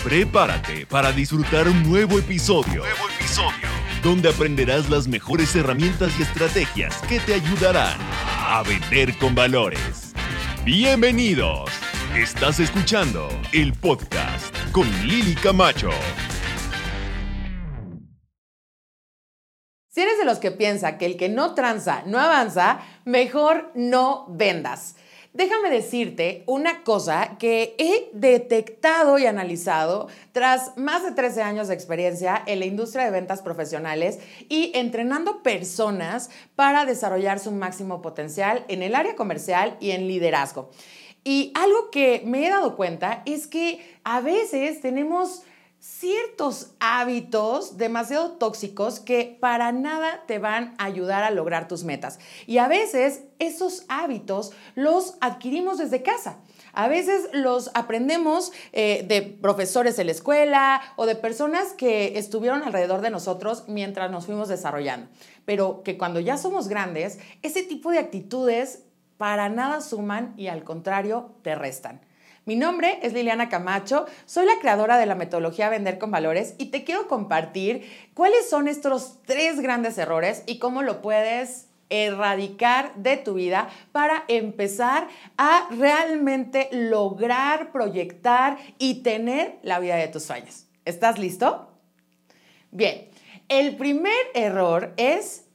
Prepárate para disfrutar un nuevo episodio, donde aprenderás las mejores herramientas y estrategias que te ayudarán a vender con valores. Bienvenidos. Estás escuchando el podcast con Lili Camacho. Si eres de los que piensa que el que no tranza no avanza, mejor no vendas. Déjame decirte una cosa que he detectado y analizado tras más de 13 años de experiencia en la industria de ventas profesionales y entrenando personas para desarrollar su máximo potencial en el área comercial y en liderazgo. Y algo que me he dado cuenta es que a veces tenemos ciertos hábitos demasiado tóxicos que para nada te van a ayudar a lograr tus metas. Y a veces esos hábitos los adquirimos desde casa. A veces los aprendemos de profesores en la escuela o de personas que estuvieron alrededor de nosotros mientras nos fuimos desarrollando. Pero que cuando ya somos grandes, ese tipo de actitudes para nada suman y al contrario te restan. Mi nombre es Liliana Camacho, soy la creadora de la metodología Vender con Valores y te quiero compartir cuáles son estos 3 grandes errores y cómo lo puedes erradicar de tu vida para empezar a realmente lograr, proyectar y tener la vida de tus sueños. ¿Estás listo? Bien, el primer error es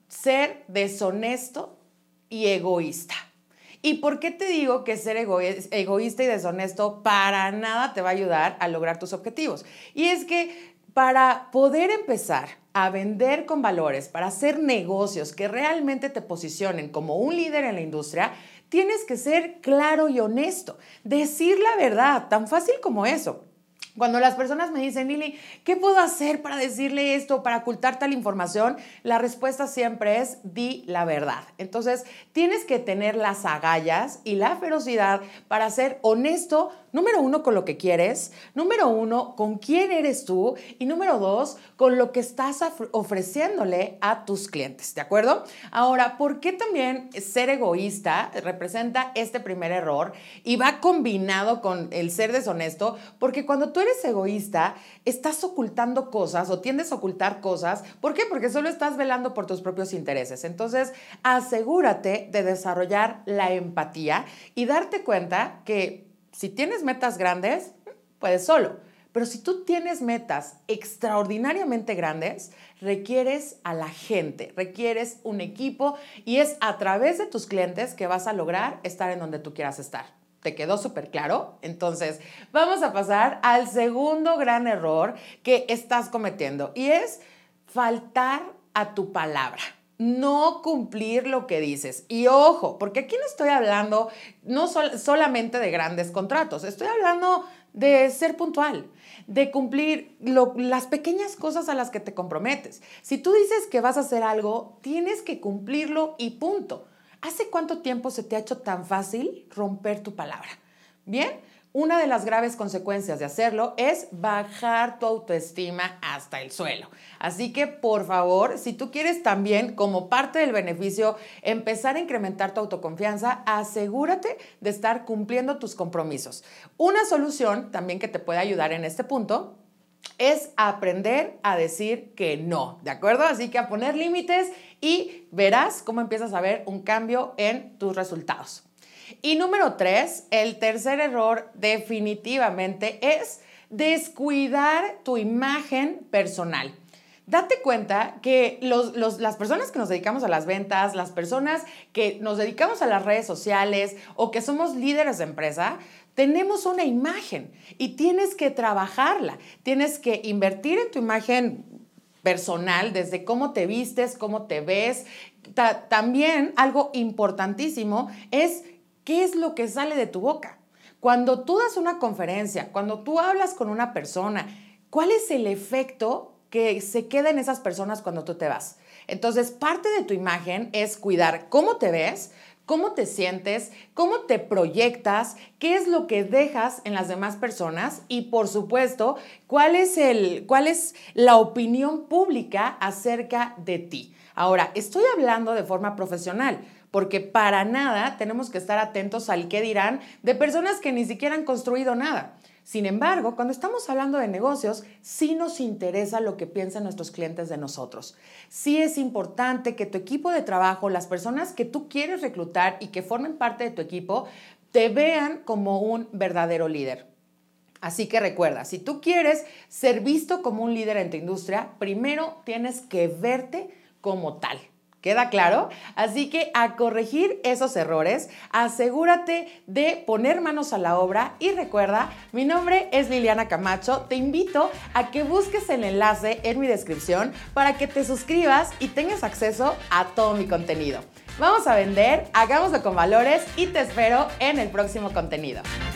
ser deshonesto y egoísta. ¿Y por qué te digo que ser egoísta y deshonesto para nada te va a ayudar a lograr tus objetivos? Y es que para poder empezar a vender con valores, para hacer negocios que realmente te posicionen como un líder en la industria, tienes que ser claro y honesto, decir la verdad, tan fácil como eso. Cuando las personas me dicen, Lili, ¿qué puedo hacer para decirle esto, para ocultar tal información? La respuesta siempre es, di la verdad. Entonces, tienes que tener las agallas y la ferocidad para ser honesto, número 1, con lo que quieres, número 1, con quién eres tú y número 2, con lo que estás ofreciéndole a tus clientes, ¿de acuerdo? Ahora, ¿por qué también ser egoísta representa este primer error y va combinado con el ser deshonesto? Porque cuando tú eres egoísta, estás ocultando cosas o tiendes a ocultar cosas. ¿Por qué? Porque solo estás velando por tus propios intereses. Entonces, asegúrate de desarrollar la empatía y darte cuenta que si tienes metas grandes, puedes solo. Pero si tú tienes metas extraordinariamente grandes, requieres a la gente, requieres un equipo y es a través de tus clientes que vas a lograr estar en donde tú quieras estar. ¿Te quedó súper claro? Entonces, vamos a pasar al segundo gran error que estás cometiendo y es faltar a tu palabra. No cumplir lo que dices. Y ojo, porque aquí no estoy hablando solamente de grandes contratos, estoy hablando de ser puntual, de cumplir las pequeñas cosas a las que te comprometes. Si tú dices que vas a hacer algo, tienes que cumplirlo y punto. ¿Hace cuánto tiempo se te ha hecho tan fácil romper tu palabra? Bien, una de las graves consecuencias de hacerlo es bajar tu autoestima hasta el suelo. Así que, por favor, si tú quieres también, como parte del beneficio, empezar a incrementar tu autoconfianza, asegúrate de estar cumpliendo tus compromisos. Una solución también que te puede ayudar en este punto es aprender a decir que no, ¿de acuerdo? Así que a poner límites y verás cómo empiezas a ver un cambio en tus resultados. Y número 3, el tercer error definitivamente es descuidar tu imagen personal. Date cuenta que las personas que nos dedicamos a las ventas, las personas que nos dedicamos a las redes sociales o que somos líderes de empresa, tenemos una imagen y tienes que trabajarla. Tienes que invertir en tu imagen personal, desde cómo te vistes, cómo te ves. También algo importantísimo es qué es lo que sale de tu boca. Cuando tú das una conferencia, cuando tú hablas con una persona, ¿cuál es el efecto que se queda en esas personas cuando tú te vas? Entonces, parte de tu imagen es cuidar cómo te ves, cómo te sientes, cómo te proyectas, qué es lo que dejas en las demás personas y, por supuesto, cuál es la opinión pública acerca de ti. Ahora, estoy hablando de forma profesional, porque para nada tenemos que estar atentos al qué dirán de personas que ni siquiera han construido nada. Sin embargo, cuando estamos hablando de negocios, sí nos interesa lo que piensan nuestros clientes de nosotros. Sí es importante que tu equipo de trabajo, las personas que tú quieres reclutar y que formen parte de tu equipo, te vean como un verdadero líder. Así que recuerda, si tú quieres ser visto como un líder en tu industria, primero tienes que verte como tal. ¿Queda claro? Así que a corregir esos errores, asegúrate de poner manos a la obra y recuerda, mi nombre es Liliana Camacho, te invito a que busques el enlace en mi descripción para que te suscribas y tengas acceso a todo mi contenido. Vamos a vender, hagámoslo con valores y te espero en el próximo contenido.